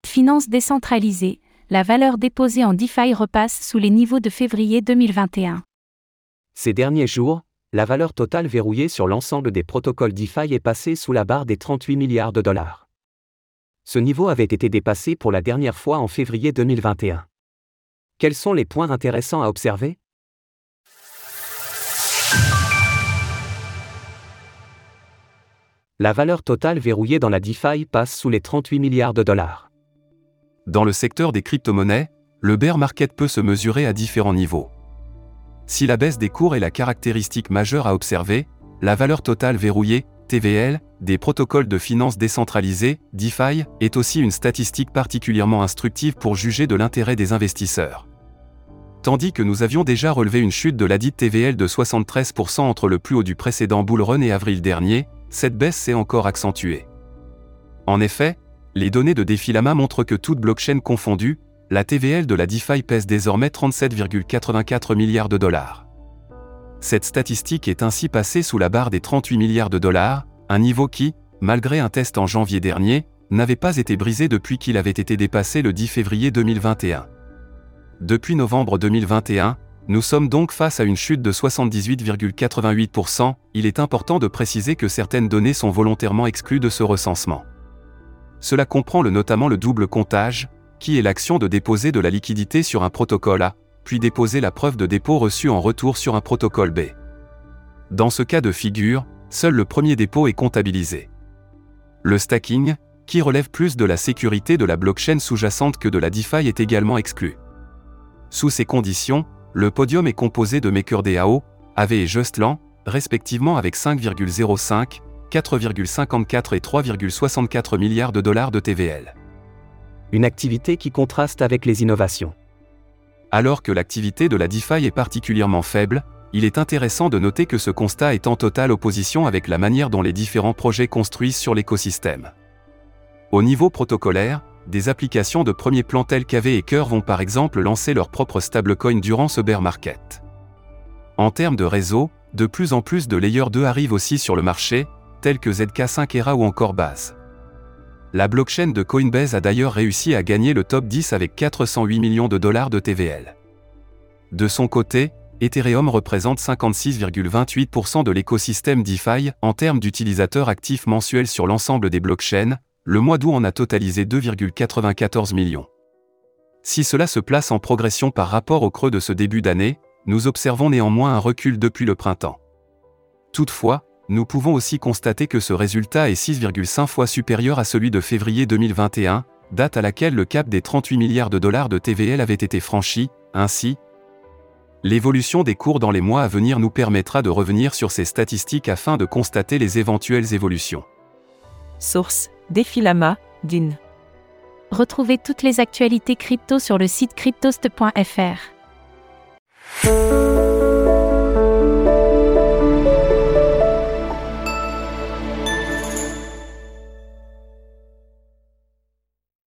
finances décentralisées, la valeur déposée en DeFi repasse sous les niveaux de février 2021. Ces derniers jours, la valeur totale verrouillée sur l'ensemble des protocoles DeFi est passée sous la barre des 38 milliards de dollars. Ce niveau avait été dépassé pour la dernière fois en février 2021. Quels sont les points intéressants à observer ? La valeur totale verrouillée dans la DeFi passe sous les 38 milliards de dollars. Dans le secteur des crypto-monnaies, le bear market peut se mesurer à différents niveaux. Si la baisse des cours est la caractéristique majeure à observer, la valeur totale verrouillée, TVL, des protocoles de finance décentralisés, DeFi, est aussi une statistique particulièrement instructive pour juger de l'intérêt des investisseurs. Tandis que nous avions déjà relevé une chute de ladite TVL de 73% entre le plus haut du précédent bull run et avril dernier, cette baisse s'est encore accentuée. En effet, les données de Defilama montrent que toute blockchain confondue, la TVL de la DeFi pèse désormais 37,84 milliards de dollars. Cette statistique est ainsi passée sous la barre des 38 milliards de dollars, un niveau qui, malgré un test en janvier dernier, n'avait pas été brisé depuis qu'il avait été dépassé le 10 février 2021. Depuis novembre 2021, nous sommes donc face à une chute de 78,88%, il est important de préciser que certaines données sont volontairement exclues de ce recensement. Cela comprend notamment le double comptage, qui est l'action de déposer de la liquidité sur un protocole A, puis déposer la preuve de dépôt reçue en retour sur un protocole B. Dans ce cas de figure, seul le premier dépôt est comptabilisé. Le stacking, qui relève plus de la sécurité de la blockchain sous-jacente que de la DeFi, est également exclu. Sous ces conditions, le podium est composé de MakerDAO, Aave et Justland, respectivement avec 5,05, 4,54 et 3,64 milliards de dollars de TVL. Une activité qui contraste avec les innovations. Alors que l'activité de la DeFi est particulièrement faible, il est intéressant de noter que ce constat est en totale opposition avec la manière dont les différents projets construisent sur l'écosystème. Au niveau protocolaire, des applications de premier plan telles qu'Aave et Curve vont par exemple lancer leur propre stablecoin durant ce bear market. En termes de réseau, de plus en plus de Layer 2 arrivent aussi sur le marché, tels que ZK5 Era ou encore Base. La blockchain de Coinbase a d'ailleurs réussi à gagner le top 10 avec 408 millions de dollars de TVL. De son côté, Ethereum représente 56,28% de l'écosystème DeFi en termes d'utilisateurs actifs mensuels sur l'ensemble des blockchains. Le mois d'août en a totalisé 2,94 millions. Si cela se place en progression par rapport au creux de ce début d'année, nous observons néanmoins un recul depuis le printemps. Toutefois, nous pouvons aussi constater que ce résultat est 6,5 fois supérieur à celui de février 2021, date à laquelle le cap des 38 milliards de dollars de TVL avait été franchi. Ainsi, l'évolution des cours dans les mois à venir nous permettra de revenir sur ces statistiques afin de constater les éventuelles évolutions. Source: Defilama, DIN. Retrouvez toutes les actualités crypto sur le site cryptost.fr.